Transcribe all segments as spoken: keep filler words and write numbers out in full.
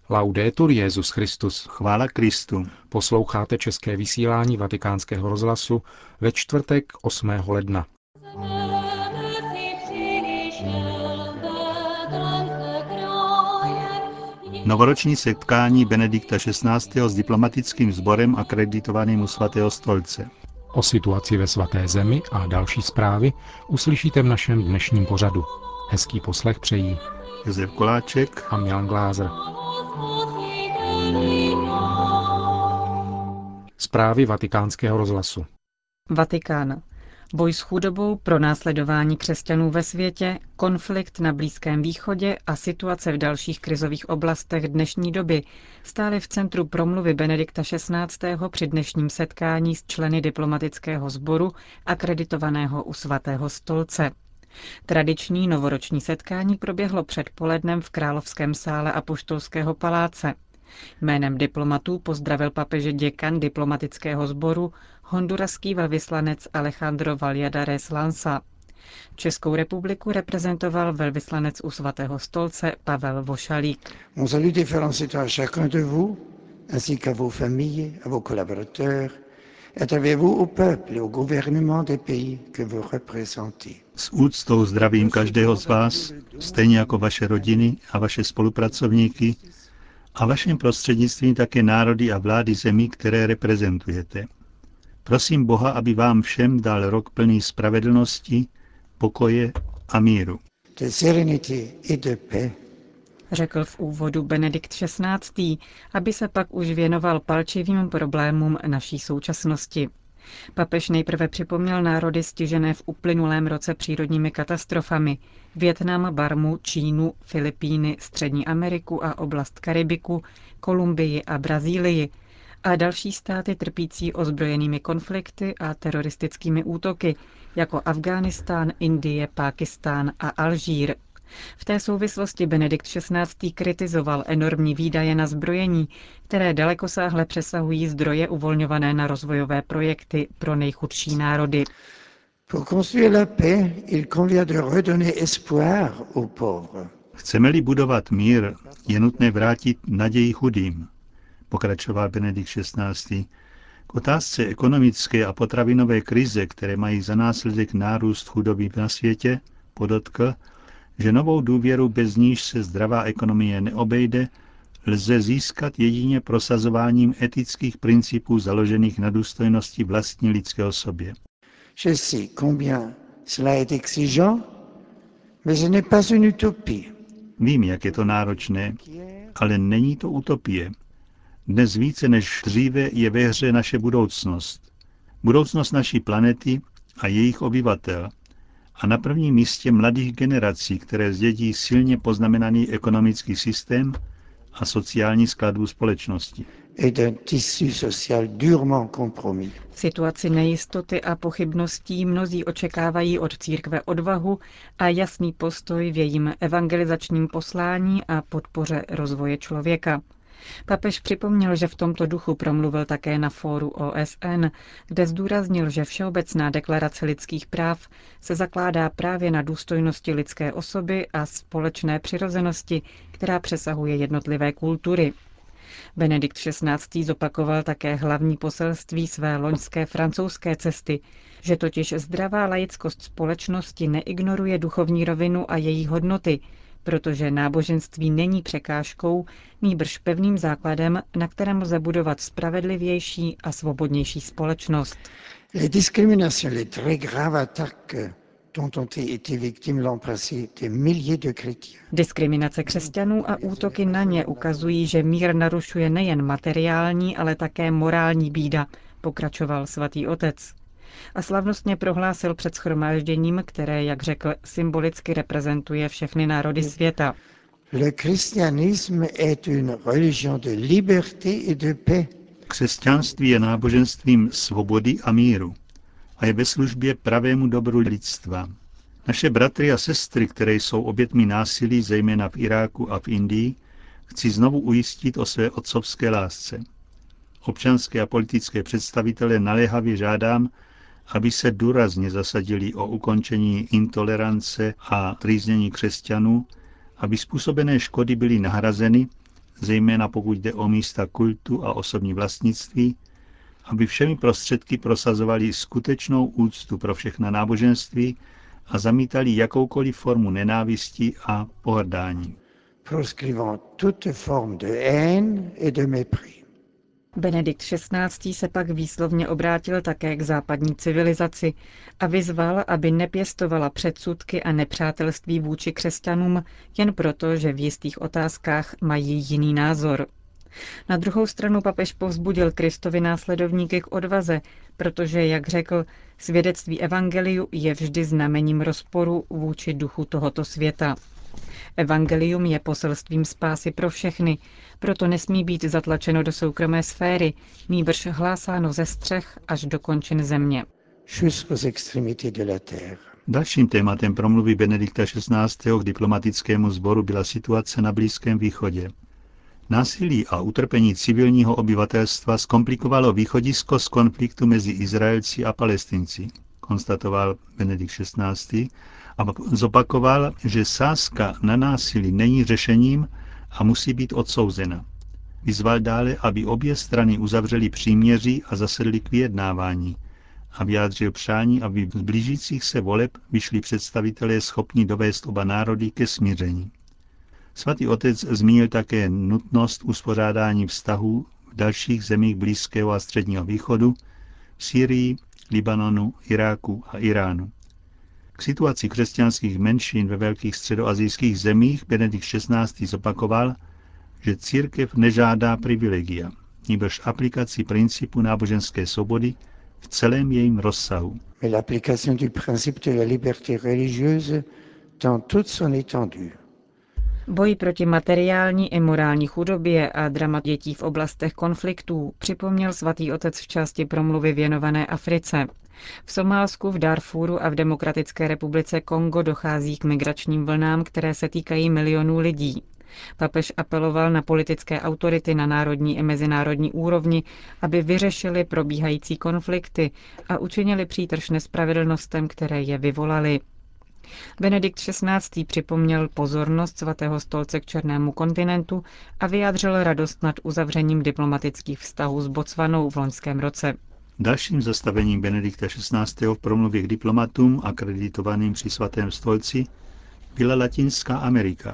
Laudetur Jesus Christus. Chvála Kristu. Posloucháte české vysílání Vatikánského rozhlasu ve čtvrtek osmého ledna. Novoroční setkání Benedikta šestnáctého s diplomatickým sborem akreditovaným u svatého stolce. O situaci ve svaté zemi a další zprávy uslyšíte v našem dnešním pořadu. Hezký poslech přejí Josef Koláček a Milan Glázer. Zprávy Vatikánského rozhlasu. Vatikán. Boj s chudobou, pronásledování křesťanů ve světě, konflikt na Blízkém východě a situace v dalších krizových oblastech dnešní doby stály v centru promluvy Benedikta šestnáctého při dnešním setkání s členy diplomatického sboru akreditovaného u svatého stolce. Tradiční novoroční setkání proběhlo předpolednem v Královském sále Apoštolského paláce. Jménem diplomatů pozdravil papeže děkan diplomatického sboru, honduraský velvyslanec Alejandro Valladares Lanza. Českou republiku reprezentoval velvyslanec u svatého stolce Pavel Vošalík. Mon salut déférent à chacun de vous, ainsi qu'à vos familles, à vos collaborateurs, et avec vous au peuple et au gouvernement des pays que vous représentez. S úctou zdravím každého z vás, stejně jako vaše rodiny a vaše spolupracovníky, a vaším prostřednictvím také národy a vlády zemí, které reprezentujete. Prosím Boha, aby vám všem dal rok plný spravedlnosti, pokoje a míru. Řekl v úvodu Benedikt šestnáctý, aby se pak už věnoval palčivým problémům naší současnosti. Papež nejprve připomněl národy stižené v uplynulém roce přírodními katastrofami: Vietnam, Barmu, Čínu, Filipíny, Střední Ameriku a oblast Karibiku, Kolumbii a Brazílii a další státy trpící ozbrojenými konflikty a teroristickými útoky, jako Afghánistán, Indie, Pákistán a Alžír. V té souvislosti Benedikt šestnáctý kritizoval enormní výdaje na zbrojení, které dalekosáhle přesahují zdroje uvolňované na rozvojové projekty pro nejchudší národy. Chceme-li budovat mír, je nutné vrátit naději chudým, pokračoval Benedikt šestnáctý. K otázce ekonomické a potravinové krize, které mají za následek nárůst chudoby na světě, podotkl, že novou důvěru, bez níž se zdravá ekonomie neobejde, lze získat jedině prosazováním etických principů založených na důstojnosti vlastní lidské osobě. Je sais combien cela est exigeant, mais ce n'est pas une utopie. Vím, jak je to náročné, ale není to utopie. Dnes více než dříve je ve hře naše budoucnost. Budoucnost naší planety a jejich obyvatel. A na prvním místě mladých generací, které zdědí silně poznamenaný ekonomický systém a sociální skladbu společnosti. V situaci nejistoty a pochybností mnozí očekávají od církve odvahu a jasný postoj v jejím evangelizačním poslání a podpoře rozvoje člověka. Papež připomněl, že v tomto duchu promluvil také na fóru O S N, kde zdůraznil, že Všeobecná deklarace lidských práv se zakládá právě na důstojnosti lidské osoby a společné přirozenosti, která přesahuje jednotlivé kultury. Benedikt šestnáctý zopakoval také hlavní poselství své loňské francouzské cesty, že totiž zdravá laickost společnosti neignoruje duchovní rovinu a její hodnoty, protože náboženství není překážkou, nýbrž pevným základem, na kterém lze budovat spravedlivější a svobodnější společnost. Les discriminations, les très graves attaques dont ont été victimes l'an passé des milliers de chrétiens. Diskriminace křesťanů a útoky na ně ukazují, že mír narušuje nejen materiální, ale také morální bída, pokračoval svatý otec. A slavnostně prohlásil před shromážděním, které, jak řekl, symbolicky reprezentuje všechny národy světa. Le christianisme est une religion de liberté et de paix. Křesťanství je náboženstvím svobody a míru a je ve službě pravému dobru lidstva. Naše bratry a sestry, které jsou obětmi násilí, zejména v Iráku a v Indii, chci znovu ujistit o své otcovské lásce. Občanské a politické představitele naléhavě žádám, aby se důrazně zasadili o ukončení intolerance a trýznění křesťanů, aby způsobené škody byly nahrazeny, zejména pokud jde o místa kultu a osobní vlastnictví, aby všemi prostředky prosazovali skutečnou úctu pro všechna náboženství a zamítali jakoukoliv formu nenávisti a pohrdání. Proscrivant toute forme de haine et de mépris. Benedikt šestnáctý. Se pak výslovně obrátil také k západní civilizaci a vyzval, aby nepěstovala předsudky a nepřátelství vůči křesťanům jen proto, že v jistých otázkách mají jiný názor. Na druhou stranu papež povzbudil Kristovi následovníky k odvaze, protože, jak řekl, svědectví evangeliu je vždy znamením rozporu vůči duchu tohoto světa. Evangelium je poselstvím spásy pro všechny, proto nesmí být zatlačeno do soukromé sféry, nýbrž hlásáno ze střech až do končin země. Dalším tématem promluvy Benedikta šestnáctého. K diplomatickému sboru byla situace na Blízkém východě. Násilí a utrpení civilního obyvatelstva zkomplikovalo východisko z konfliktu mezi Izraelci a Palestinci, konstatoval Benedikt šestnáctý. A zopakoval, že sázka na násilí není řešením a musí být odsouzena. Vyzval dále, aby obě strany uzavřely příměří a zasedly k vyjednávání a vyjádřil přání, aby z blížících se voleb vyšli představitelé schopni dovést oba národy ke smíření. Svatý otec zmínil také nutnost uspořádání vztahů v dalších zemích Blízkého a Středního východu, v Sýrii, Libanonu, Iráku a Iránu. K situaci křesťanských menšin ve velkých středoasijských zemích Benedikt šestnáctý. Zopakoval, že církev nežádá privilegia, nýbrž aplikaci principu náboženské svobody v celém jejím rozsahu. Mais l'application du principe de la liberté religieuse dans toute son étendue. Boj proti materiální i morální chudobě a drama dětí v oblastech konfliktů připomněl svatý otec v části promluvy věnované Africe. V Somálsku, v Darfuru a v Demokratické republice Kongo dochází k migračním vlnám, které se týkají milionů lidí. Papež apeloval na politické autority na národní i mezinárodní úrovni, aby vyřešili probíhající konflikty a učinili přítrž nespravedlnostem, které je vyvolaly. Benedikt šestnáctý. Připomněl pozornost svatého stolce k Černému kontinentu a vyjádřil radost nad uzavřením diplomatických vztahů s Botswanou v loňském roce. Dalším zastavením Benedikta šestnáctého. v promluvě k diplomatům akreditovaným při svatém stolci byla Latinská Amerika.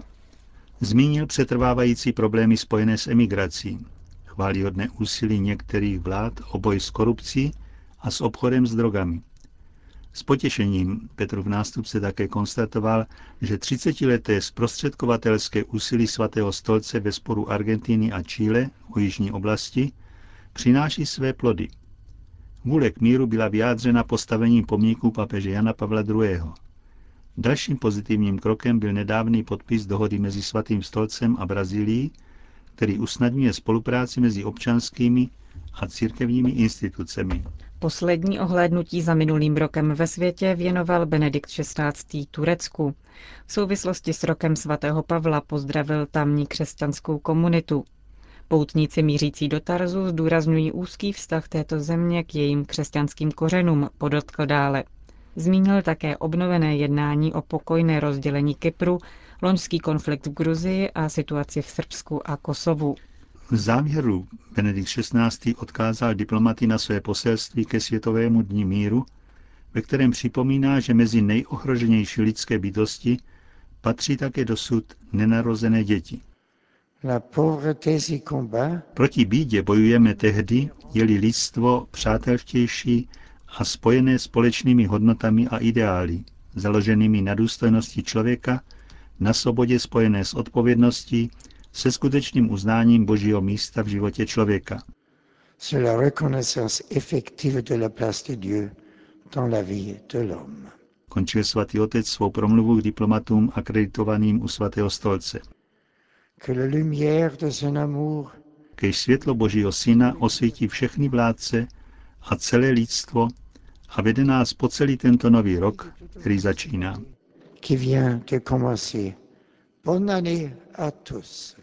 Zmínil přetrvávající problémy spojené s emigrací, chvályhodné úsilí některých vlád o boj s korupcí a s obchodem s drogami. S potěšením Petrův nástupce také konstatoval, že třicetileté zprostředkovatelské úsilí svatého stolce ve sporu Argentiny a Chile o jižní oblasti přináší své plody. Vůle k míru byla vyjádřena postavením pomníku papeže Jana Pavla druhého. Dalším pozitivním krokem byl nedávný podpis dohody mezi svatým stolcem a Brazílií, který usnadňuje spolupráci mezi občanskými a církevními institucemi. Poslední ohlédnutí za minulým rokem ve světě věnoval Benedikt šestnáctý. Turecku. V souvislosti s rokem svatého Pavla pozdravil tamní křesťanskou komunitu. Poutníci mířící do Tarzu zdůrazňují úzký vztah této země k jejím křesťanským kořenům, podotkl dále. Zmínil také obnovené jednání o pokojné rozdělení Kypru, loňský konflikt v Gruzii a situaci v Srbsku a Kosovu. V závěru Benedikt šestnáctý. odkázal diplomaty na své poselství ke Světovému dni míru, ve kterém připomíná, že mezi nejohroženější lidské bytosti patří také dosud nenarozené děti. Proti bídě bojujeme tehdy, je-li lidstvo přátelštější a spojené společnými hodnotami a ideály, založenými na důstojnosti člověka, na svobodě spojené s odpovědností, se skutečným uznáním Božího místa v životě člověka. Končil svatý otec svou promluvu k diplomatům akreditovaným u svatého stolce. Kéž světlo Božího syna osvítí všechny vládce a celé lidstvo a vede nás po celý tento nový rok, který začíná. Bonne année à tous.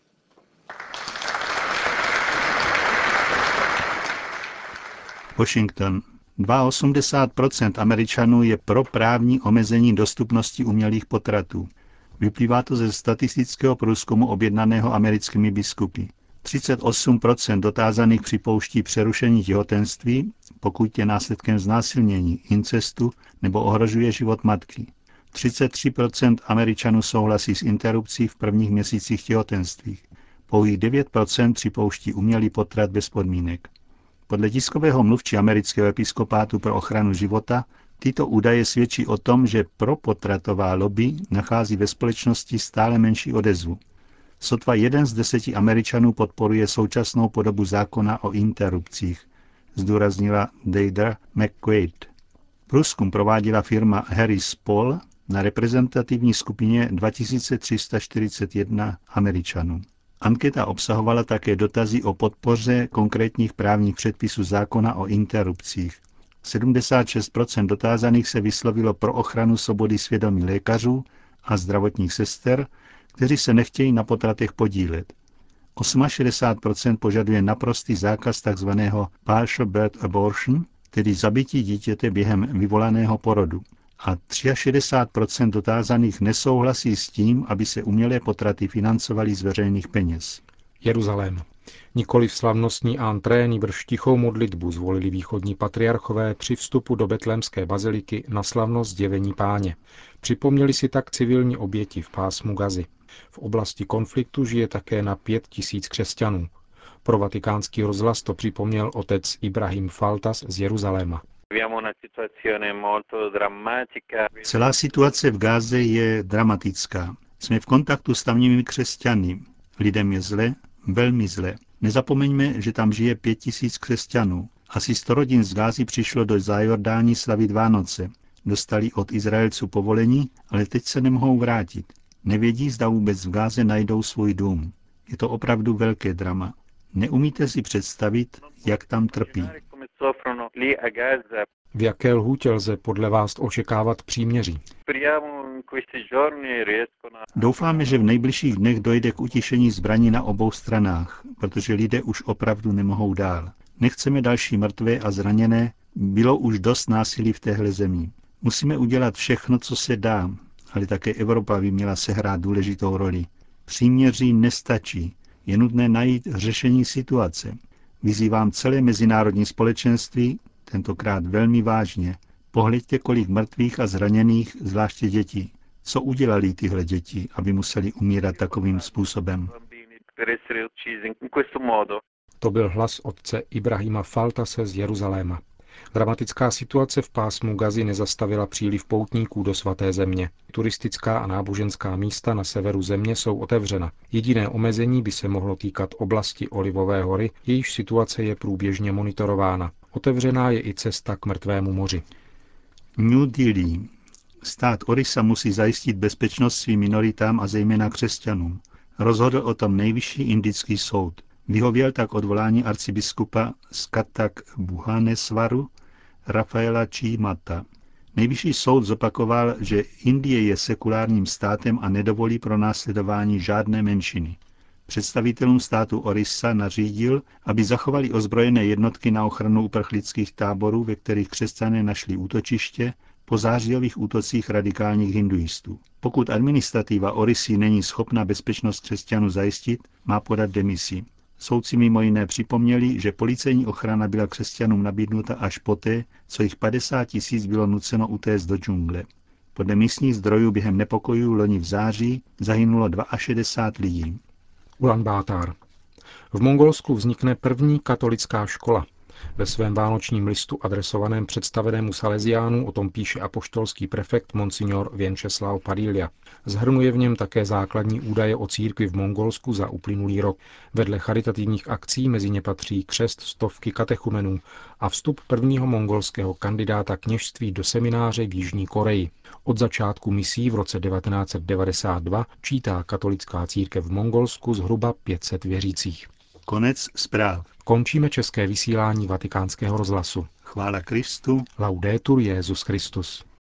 Washington. osmdesát dva procent Američanů je pro právní omezení dostupnosti umělých potratů. Vyplývá to ze statistického průzkumu objednaného americkými biskupy. třicet osm procent dotázaných připouští přerušení těhotenství, pokud je následkem znásilnění, incestu nebo ohrožuje život matky. třicet tři procent Američanů souhlasí s interrupcí v prvních měsících těhotenství. Pouhých devět procent připouští umělý potrat bez podmínek. Podle tiskového mluvčí amerického episkopátu pro ochranu života tyto údaje svědčí o tom, že propotratová lobby nachází ve společnosti stále menší odezvu. Sotva jeden z deseti Američanů podporuje současnou podobu zákona o interrupcích, zdůraznila Deidre McQuaid. Průzkum prováděla firma Harris Poll na reprezentativní skupině dva tisíce tři sta čtyřicet jedna Američanů. Anketa obsahovala také dotazy o podpoře konkrétních právních předpisů zákona o interrupcích. sedmdesát šest procent dotázaných se vyslovilo pro ochranu svobody svědomí lékařů a zdravotních sester, kteří se nechtějí na potratech podílet. šedesát osm procent požaduje naprostý zákaz tzv. Partial birth abortion, tedy zabití dítěte během vyvolaného porodu. A šedesát tři procent dotázaných nesouhlasí s tím, aby se umělé potraty financovaly z veřejných peněz. Jeruzalém. Nikoli v slavnostní antré, nýbrž tichou modlitbu zvolili východní patriarchové při vstupu do betlémské baziliky na slavnost zjevení Páně. Připomněli si tak civilní oběti v pásmu Gazy. V oblasti konfliktu žije také na pět tisíc křesťanů. Pro vatikánský rozhlas to připomněl otec Ibrahim Faltas z Jeruzaléma. Celá situace v Gáze je dramatická. Jsme v kontaktu s tamními křesťany. Lidem je zle, velmi zle. Nezapomeňme, že tam žije pět tisíc křesťanů. Asi sto rodin z Gázy přišlo do Zájordání slavit Vánoce. Dostali od Izraelců povolení, ale teď se nemohou vrátit. Nevědí, zda vůbec v Gáze najdou svůj dům. Je to opravdu velké drama. Neumíte si představit, jak tam trpí. V jaké lhůtě lze podle vás očekávat příměří? Doufáme, že v nejbližších dnech dojde k utišení zbraní na obou stranách, protože lidé už opravdu nemohou dál. Nechceme další mrtvé a zraněné, bylo už dost násilí v téhle zemi. Musíme udělat všechno, co se dá, ale také Evropa by měla sehrát důležitou roli. Příměří nestačí, je nutné najít řešení situace. Vyzývám celé mezinárodní společenství, tentokrát velmi vážně. Pohleďte, kolik mrtvých a zraněných, zvláště dětí. Co udělali tyhle děti, aby museli umírat takovým způsobem? To byl hlas otce Ibrahima Faltase z Jeruzaléma. Dramatická situace v pásmu Gazy nezastavila příliv poutníků do svaté země. Turistická a náboženská místa na severu země jsou otevřena. Jediné omezení by se mohlo týkat oblasti Olivové hory, jejíž situace je průběžně monitorována. Otevřená je i cesta k Mrtvému moři. New Delhi. Stát Orissa musí zajistit bezpečnost svým minoritám a zejména křesťanům. Rozhodl o tom nejvyšší indický soud. Vyhověl tak odvolání arcibiskupa z Katak Bhubanesvaru Rafaela Čímata. Nejvyšší soud zopakoval, že Indie je sekulárním státem a nedovolí pronásledování žádné menšiny. Představitelům státu Orissa nařídil, aby zachovali ozbrojené jednotky na ochranu uprchlických táborů, ve kterých křesťané našli útočiště po zářijových útocích radikálních hinduistů. Pokud administrativa Orissy není schopna bezpečnost křesťanů zajistit, má podat demisi. Soudci mimo jiné připomněli, že policejní ochrana byla křesťanům nabídnuta až poté, co jich padesát tisíc bylo nuceno utéct do džungle. Podle místních zdrojů během nepokojů loni v září zahynulo šedesát dva lidí. Ulan Bátar. V Mongolsku vznikne první katolická škola. Ve svém vánočním listu adresovaném představenému Salesiánů o tom píše apoštolský prefekt monsignor Věnčeslav Padilja. Zhrnuje v něm také základní údaje o církvi v Mongolsku za uplynulý rok. Vedle charitativních akcí mezi ně patří křest stovky katechumenů a vstup prvního mongolského kandidáta kněžství do semináře v Jižní Koreji. Od začátku misí v roce devatenáct set devadesát dva čítá katolická církev v Mongolsku zhruba pět set věřících. Konec zpráv. Končíme české vysílání Vatikánského rozhlasu. Chvála Kristu. Laudetur Jesus Christus.